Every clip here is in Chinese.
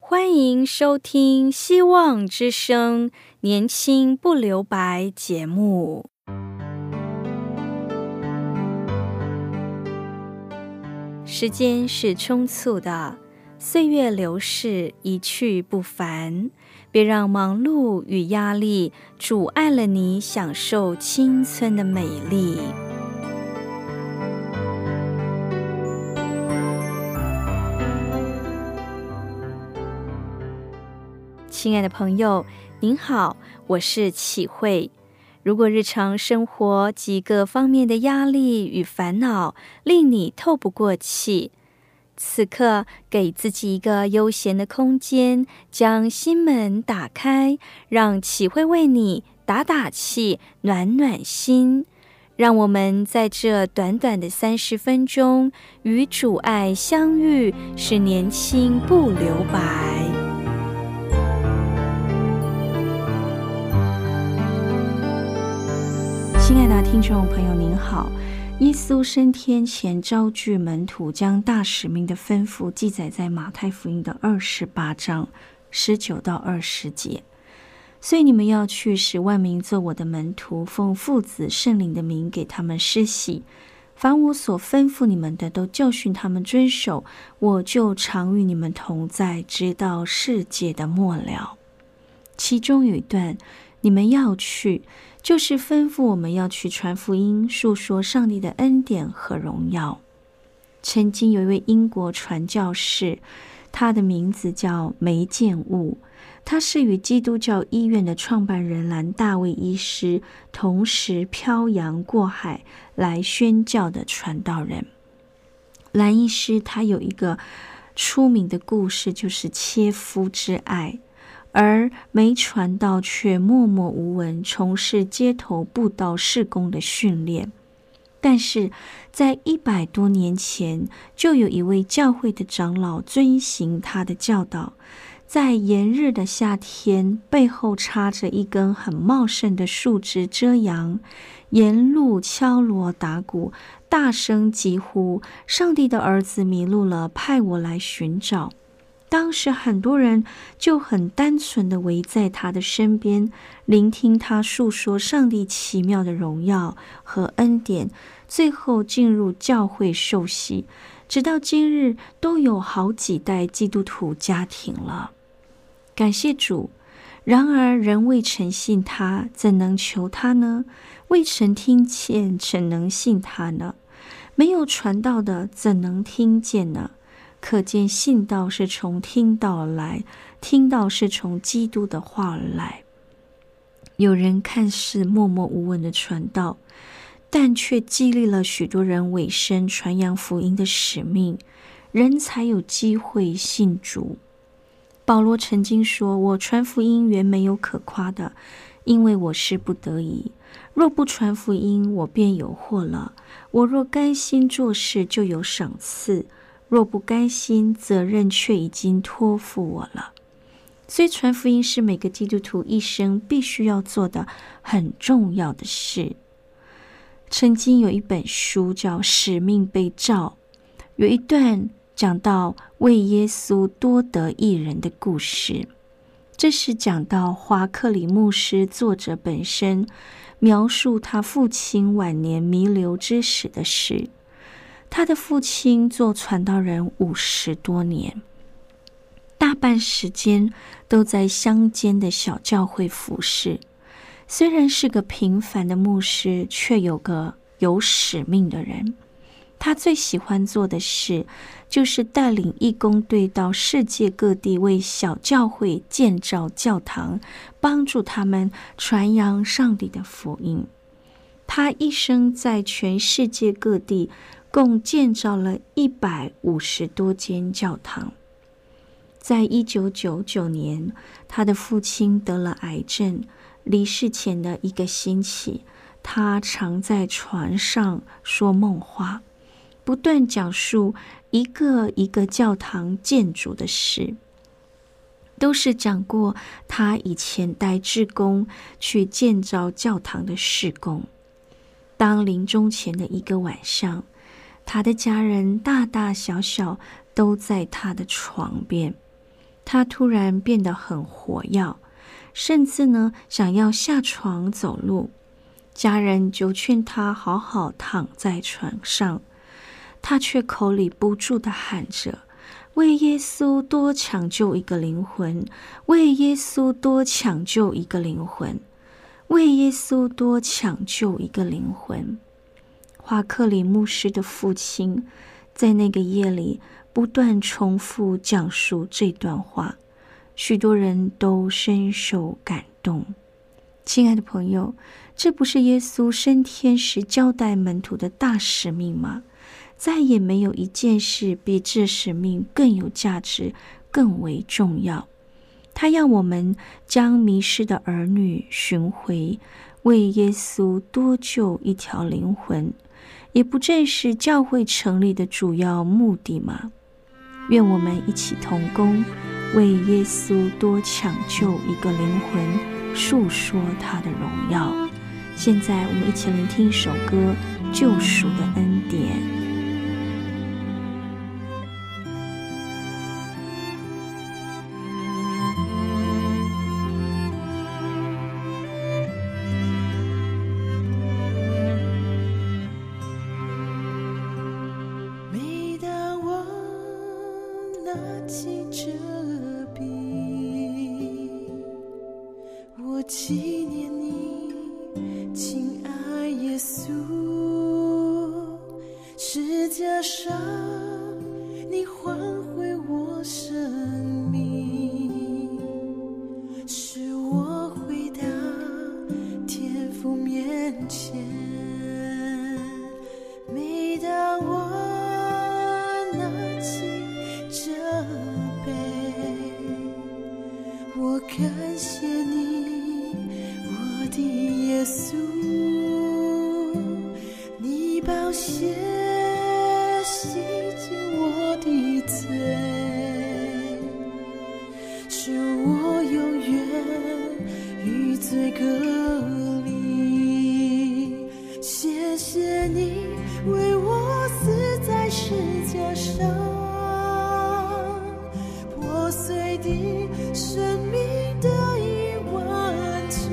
欢迎收听希望之声年轻不留白节目。时间是匆促的，岁月流逝，一去不返。别让忙碌与压力阻碍了你享受青春的美丽。亲爱的朋友，您好，我是启慧。如果日常生活几个方面的压力与烦恼令你透不过气，此刻给自己一个悠闲的空间，将心门打开，让启慧为你打打气，暖暖心。让我们在这短短的30分钟与主爱相遇，使年轻不留白。亲爱的听众朋友您好，耶稣升天前召聚门徒，将大使命的吩咐记载在马太福音的28章19到20节。所以你们要去，使万民做我的门徒，奉父子圣灵的名给他们施洗，凡我所吩咐你们的，都教训他们遵守，我就常与你们同在，直到世界的末了。其中有一段，你们要去，就是吩咐我们要去传福音，述说上帝的恩典和荣耀。曾经有一位英国传教士，他的名字叫梅建务，他是与基督教医院的创办人兰大卫医师同时漂洋过海来宣教的传道人。兰医师他有一个出名的故事，就是切肤之爱，而梅传道却默默无闻，从事街头布道事工的训练。但是在100多年前，就有一位教会的长老遵行他的教导，在炎热的夏天，背后插着一根很茂盛的树枝遮阳，沿路敲锣打鼓，大声疾呼：上帝的儿子迷路了，派我来寻找。当时很多人就很单纯地围在他的身边，聆听他述说上帝奇妙的荣耀和恩典，最后进入教会受洗，直到今日都有好几代基督徒家庭了。感谢主。然而人未曾信他，怎能求他呢？未曾听见，怎能信他呢？没有传道的，怎能听见呢？可见信道是从听道而来，听道是从基督的话而来。有人看似默默无闻的传道，但却激励了许多人委身传扬福音的使命，人才有机会信主。保罗曾经说：我传福音原没有可夸的，因为我是不得已。若不传福音，我便有祸了。我若甘心做事，就有赏赐。若不甘心，责任却已经托付我了。所以传福音是每个基督徒一生必须要做的很重要的事。曾经有一本书叫《使命被召》，有一段讲到为耶稣多得一人的故事。这是讲到华克里牧师作者本身描述他父亲晚年弥留之时的事。他的父亲做传道人50多年，大半时间都在乡间的小教会服侍。虽然是个平凡的牧师，却有个有使命的人。他最喜欢做的事，就是带领义工队到世界各地为小教会建造教堂，帮助他们传扬上帝的福音。他一生在全世界各地共建造了150多间教堂。在1999年，他的父亲得了癌症，离世前的1个星期，他常在床上说梦话，不断讲述一个一个教堂建筑的事，都是讲过他以前带志工去建造教堂的事工。当临终前的1个晚上，他的家人大大小小都在他的床边。 他突然变得很活跃，甚至呢想要下床走路。家人就劝他好好躺在床上，他却口里不住地喊着：为耶稣多抢救一个灵魂，为耶稣多抢救一个灵魂，为耶稣多抢救一个灵魂。华克里牧师的父亲在那个夜里不断重复讲述这段话，许多人都深受感动。亲爱的朋友，这不是耶稣升天时交代门徒的大使命吗？再也没有一件事比这使命更有价值，更为重要。他要我们将迷失的儿女寻回，为耶稣多救一条灵魂，也不正是教会成立的主要目的吗？愿我们一起同工，为耶稣多抢救一个灵魂，述说他的荣耀。现在我们一起聆听一首歌《救赎的恩典》。 每当我拿起这笔，我纪念你，亲爱耶稣，十架上你换回我生命，使我回到天父面前。每当我拿起这杯，我感谢你，我的耶稣，你宝血洗净我的罪，使我永远与罪隔离。谢谢你为我死在十架上，破碎的生命得以完全。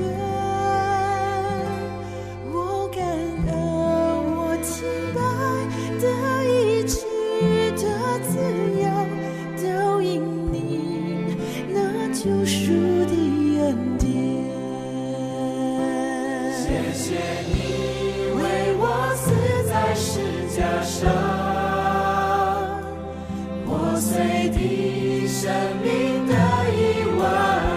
我感恩，我敬拜，得医治的自由，都因你那救赎的恩典。谢谢你为我死在十架上，破碎的生命得以完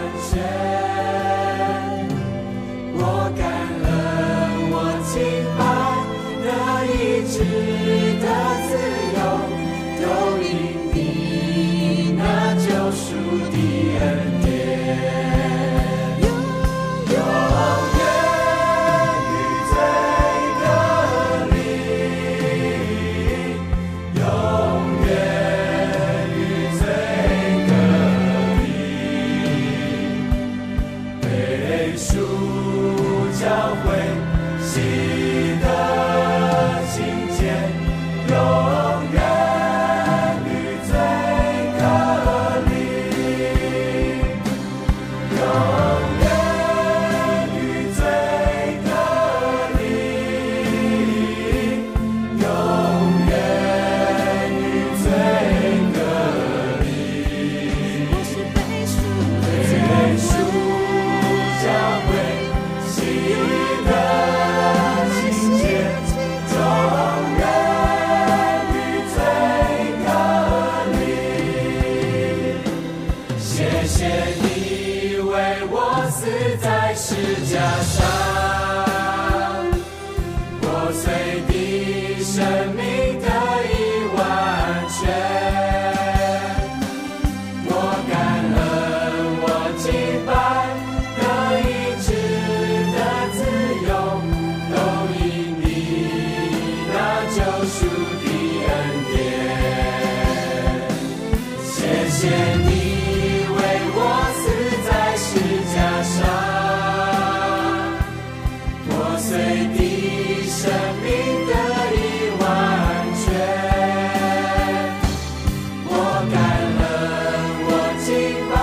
全。我感恩，我敬拜，得医治的自由，都因你那救赎的恩典。我感恩，我敬拜。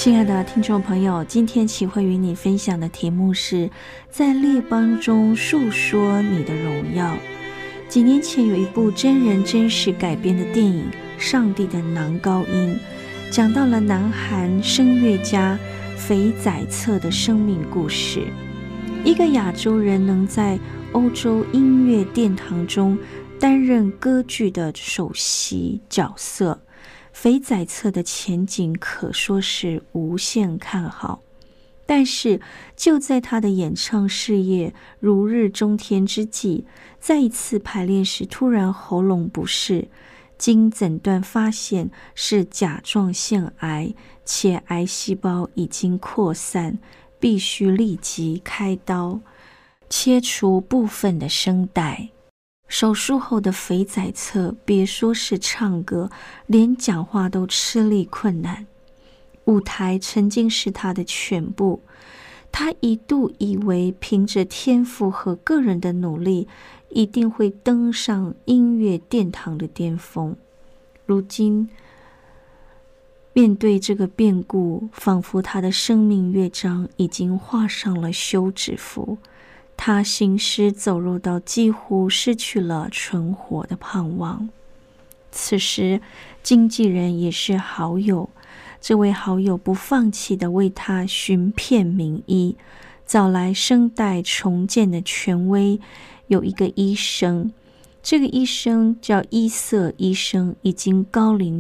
亲爱的听众朋友，今天启慧与你分享的题目是在列邦中述说你的荣耀。几年前有一部真人真事改编的电影《上帝的男高音》，讲到了南韩声乐家肥宰策的生命故事。一个亚洲人能在欧洲音乐殿堂中担任歌剧的首席角色，肥宰策的前景可说是无限看好。但是就在他的演唱事业如日中天之际，在一次排练时突然喉咙不适，经诊断发现是甲状腺癌，且癌细胞已经扩散，必须立即开刀切除部分的声带。手术后的肥宰策别说是唱歌，连讲话都吃力困难。舞台曾经是他的全部，他一度以为凭着天赋和个人的努力，一定会登上音乐殿堂的巅峰。如今面对这个变故，仿佛他的生命乐章已经画上了休止符，他行尸走肉到几乎失去了存活的盼望。此时经纪人也是好友，这位好友不放弃地为他寻遍名医，找来声带重建的权威，有一个医生，这个医生叫伊瑟医生，已经高龄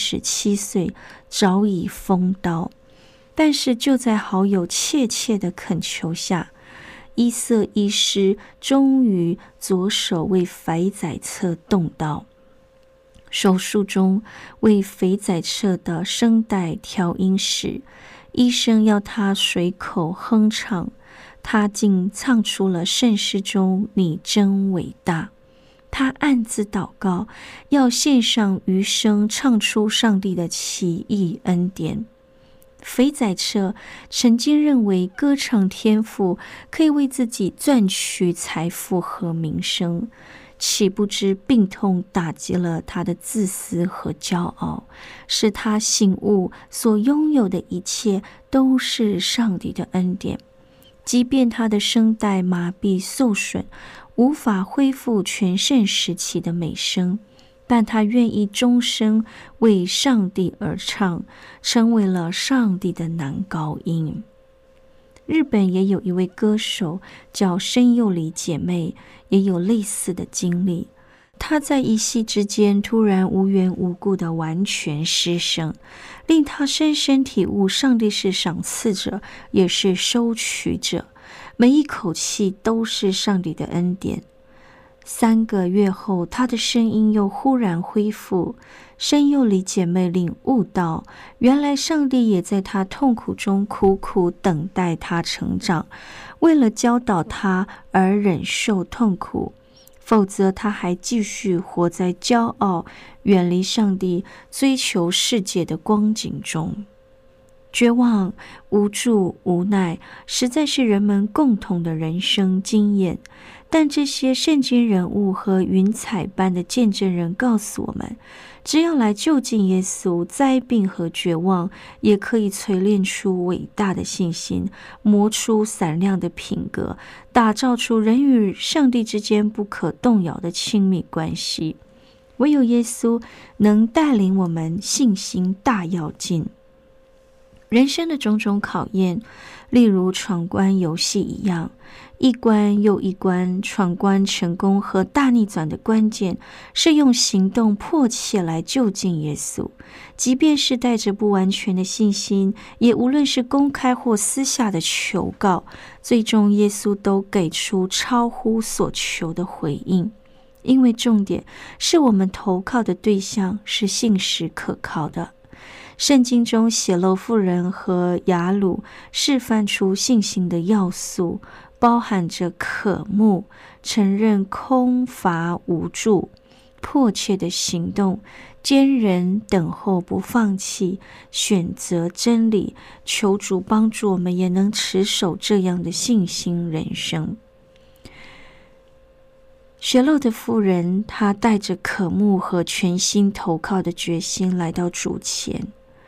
77岁，早已封刀。但是就在好友切切的恳求下，伊瑟医师终于着手为肥宰策动刀。手术中为肥宰策的声带调音时，医生要他随口哼唱，他竟唱出了圣诗中你真伟大。他暗自祷告，要献上余生唱出上帝的奇异恩典。肥宰策曾经认为歌唱天赋可以为自己赚取财富和名声，岂不知病痛打击了他的自私和骄傲，使他醒悟所拥有的一切都是上帝的恩典。即便他的声带麻痹受损，无法恢复全盛时期的美声，但他愿意终生为上帝而唱，成为了上帝的男高音。日本也有一位歌手叫深佑里姐妹，也有类似的经历。她在一夕之间突然无缘无故的完全失声，令她深深体悟上帝是赏赐者，也是收取者，每一口气都是上帝的恩典。3个月后，她的声音又忽然恢复。深佑里姐妹领悟到，原来上帝也在她痛苦中苦苦等待她成长，为了教导她而忍受痛苦，否则她还继续活在骄傲、远离上帝、追求世界的光景中。绝望、无助、无奈，实在是人们共同的人生经验。但这些圣经人物和云彩般的见证人告诉我们，只要来就近耶稣，灾病和绝望也可以锤炼出伟大的信心，磨出闪亮的品格，打造出人与上帝之间不可动摇的亲密关系。唯有耶稣能带领我们信心大跃进。人生的种种考验，例如闯关游戏一样，一关又一关，闯关成功和大逆转的关键是用行动迫切来就近耶稣。即便是带着不完全的信心，也无论是公开或私下的求告，最终耶稣都给出超乎所求的回应。因为重点是我们投靠的对象是信实可靠的。圣经中血漏妇人和雅鲁示范出信心的要素，包含着渴慕、承认空乏无助、迫切的行动、坚忍等候不放弃、选择真理。求主帮助我们也能持守这样的信心人生。血漏的妇人，她带着渴慕和全心投靠的决心来到主前。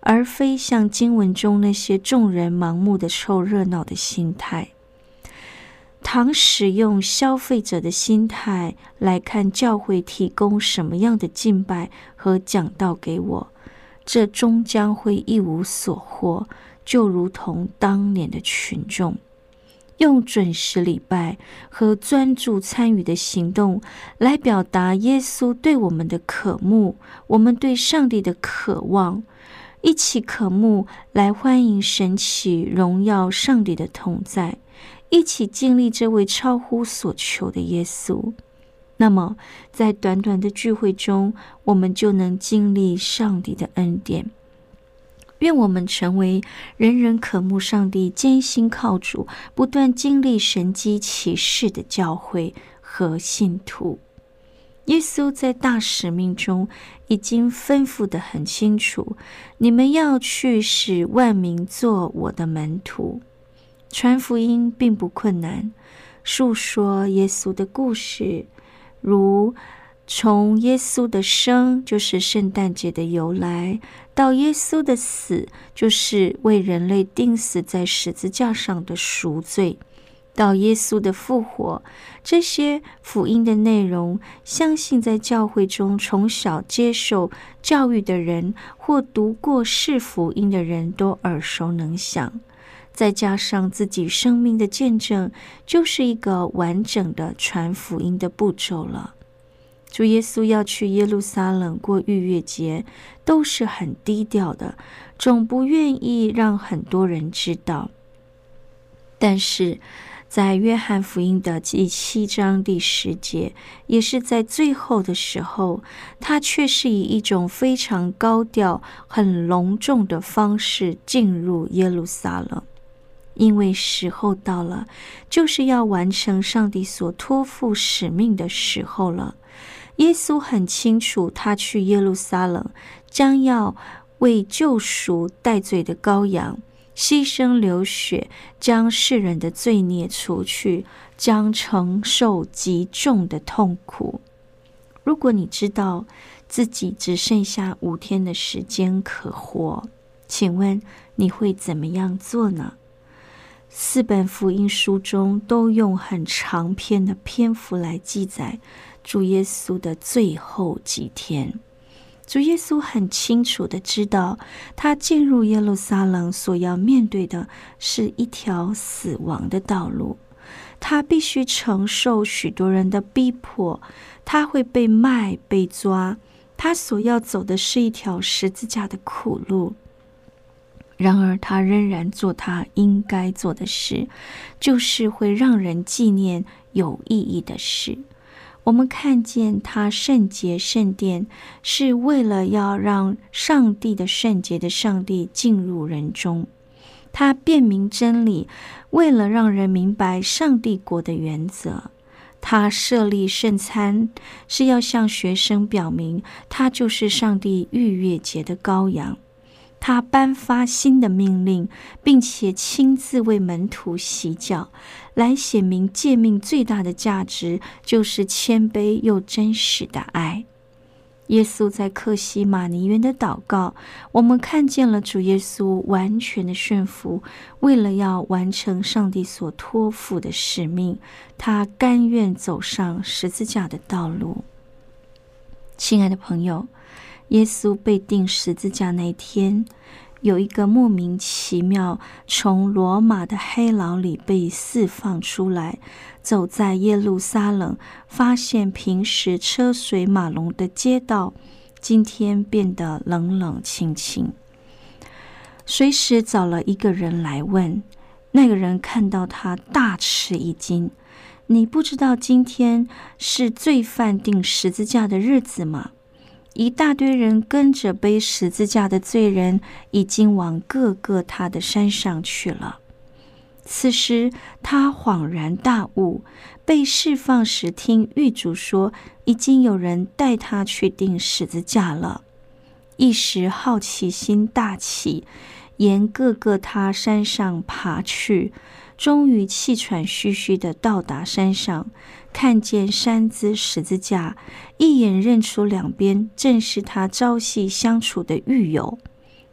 而非像经文中那些众人盲目的凑热闹的心态。倘使用消费者的心态来看教会提供什么样的敬拜和讲道给我，这终将会一无所获，就如同当年的群众。用准时礼拜和专注参与的行动来表达耶稣对我们的渴慕，我们对上帝的渴望，一起渴慕来欢迎神起荣耀上帝的同在，一起经历这位超乎所求的耶稣。那么在短短的聚会中，我们就能经历上帝的恩典。愿我们成为人人渴慕上帝、艰辛靠主、不断经历神迹奇事的教会和信徒。耶稣在大使命中已经吩咐得很清楚，你们要去使万民做我的门徒。传福音并不困难，述说耶稣的故事，如从耶稣的生，就是圣诞节的由来，到耶稣的死，就是为人类钉死在十字架上的赎罪，到耶稣的复活，这些福音的内容，相信在教会中从小接受教育的人或读过是福音的人都耳熟能详。再加上自己生命的见证，就是一个完整的传福音的步骤了。主耶稣要去耶路撒冷过逾越节，都是很低调的，总不愿意让很多人知道。但是在约翰福音的第7章第10节，也是在最后的时候，他却是以一种非常高调、很隆重的方式进入耶路撒冷。因为时候到了，就是要完成上帝所托付使命的时候了。耶稣很清楚，他去耶路撒冷将要为救赎代罪的羔羊牺牲流血，将世人的罪孽除去，将承受极重的痛苦。如果你知道自己只剩下5天的时间可活，请问你会怎么样做呢？4本福音书中都用很长篇的篇幅来记载主耶稣的最后几天。主耶稣很清楚地知道，他进入耶路撒冷所要面对的是一条死亡的道路，他必须承受许多人的逼迫，他会被卖被抓，他所要走的是一条十字架的苦路。然而他仍然做他应该做的事，就是会让人纪念有意义的事。我们看见他圣洁圣殿，是为了要让上帝的圣洁的上帝进入人中。他辨明真理，为了让人明白上帝国的原则。他设立圣餐，是要向学生表明他就是上帝逾越节的羔羊。他颁发新的命令，并且亲自为门徒洗脚，来显明诫命最大的价值就是谦卑又真实的爱。耶稣在客西马尼园的祷告，我们看见了主耶稣完全的顺服，为了要完成上帝所托付的使命，他甘愿走上十字架的道路。亲爱的朋友，耶稣被钉十字架那天，有一个莫名其妙从罗马的黑牢里被释放出来，走在耶路撒冷，发现平时车水马龙的街道，今天变得冷冷清清。随时找了一个人来问，那个人看到他大吃一惊：你不知道今天是罪犯钉十字架的日子吗？一大堆人跟着背十字架的罪人已经往各个他的山上去了。此时他恍然大悟，被释放时听狱卒说已经有人带他去钉十字架了，一时好奇心大起，沿各个他山上爬去，终于气喘吁吁地到达山上，看见山姿十字架，一眼认出两边正是他朝夕相处的狱友。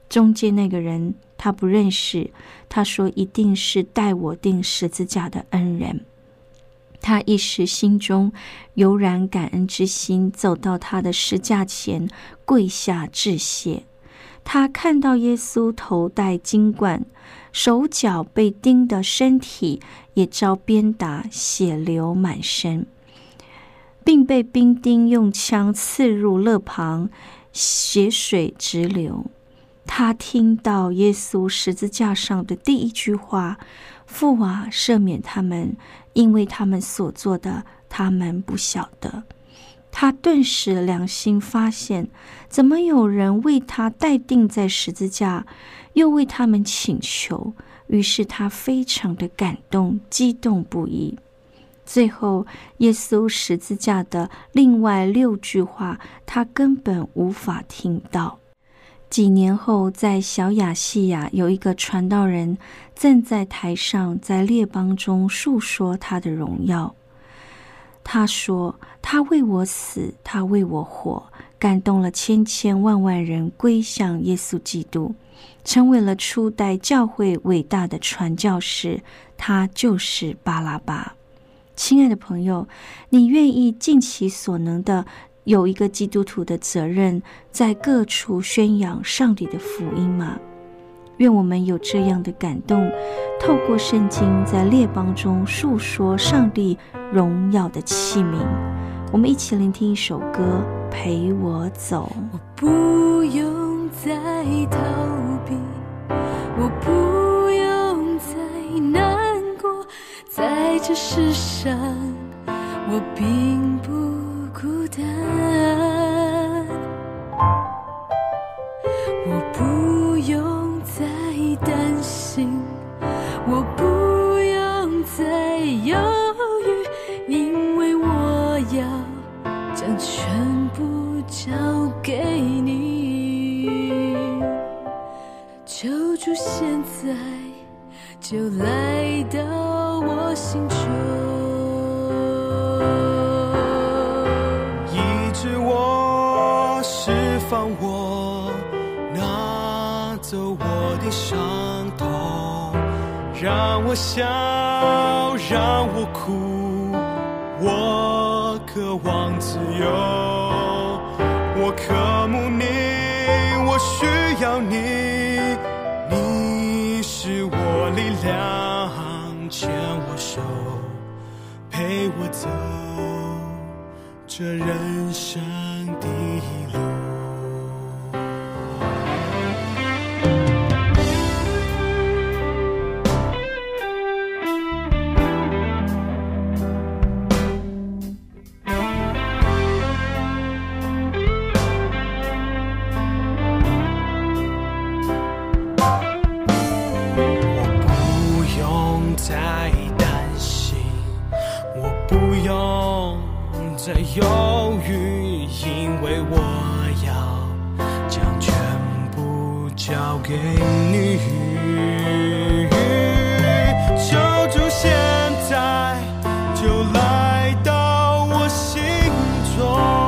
中间那个人他不认识，他说一定是带我钉十字架的恩人。他一时心中油然感恩之心，走到他的十架前跪下致谢。他看到耶稣头戴金冠，手脚被钉的身体也遭鞭打，血流满身，并被兵丁用枪刺入肋旁，血水直流。他听到耶稣十字架上的第一句话：父啊，赦免他们，因为他们所做的，他们不晓得。他顿时良心发现，怎么有人为他代钉在十字架，又为他们请求？于是他非常的感动，激动不已。最后，耶稣十字架的另外6句话，他根本无法听到。几年后，在小亚细亚有一个传道人站在台上，在列邦中述说他的荣耀。他说，他为我死，他为我活，感动了千千万万人归向耶稣基督，成为了初代教会伟大的传教士，他就是巴拉巴。亲爱的朋友，你愿意尽其所能的有一个基督徒的责任，在各处宣扬上帝的福音吗？愿我们有这样的感动，透过圣经在列邦中述说上帝荣耀的器皿。我们一起聆听一首歌，陪我走。 我不用再逃避，我不用再难过，在这世上我并不孤单，我不用再担心，我不用再犹豫，因为我要将全部交给你。求主现在就来到我心中， 医治我，释放我，拿走我的伤痛，让我笑，让我哭，我渴望自由，我渴慕你，我需要你，你是我力量，牵我手，陪我走这人生的路。再犹豫，因为我要将全部交给你。求主现在就来到我心中。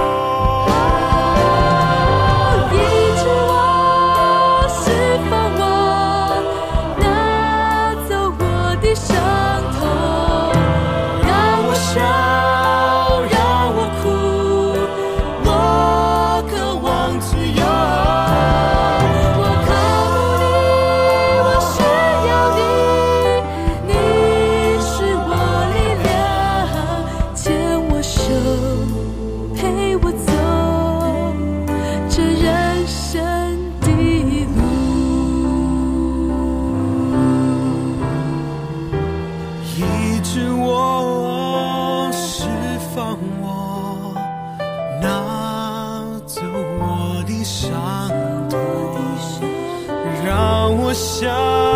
笑，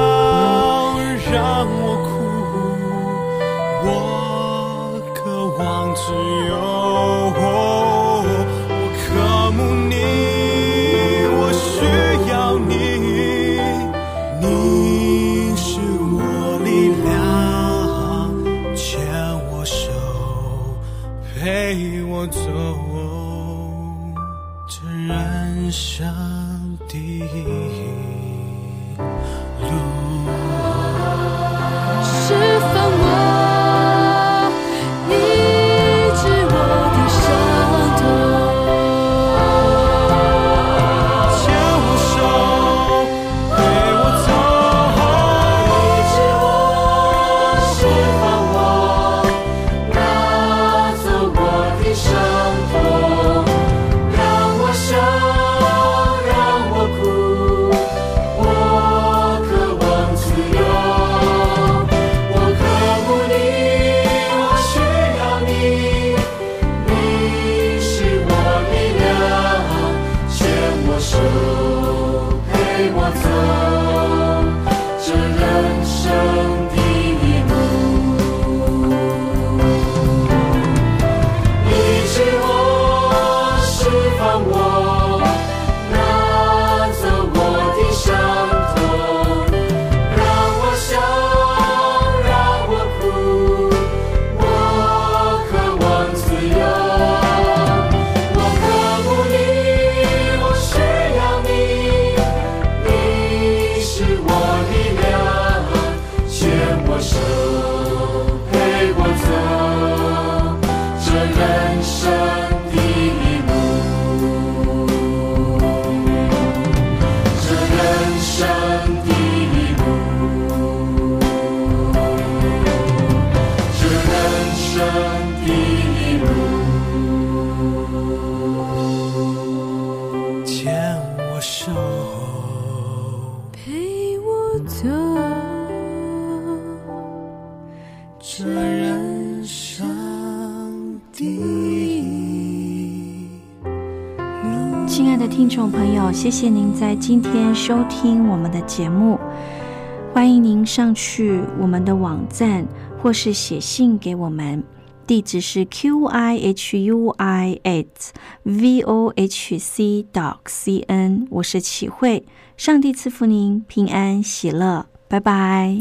让我哭，我渴望自由，我渴慕你，我需要你，你是我力量，牵我手，陪我走这人生的路。 释放我，医治我的伤痛。 亲爱的听众朋友，谢谢您在今天收听我们的节目，欢迎您上去我们的网站或是写信给我们，地址是 qihui@vohc.cn。 我是启慧，上帝赐福您平安喜乐，拜拜。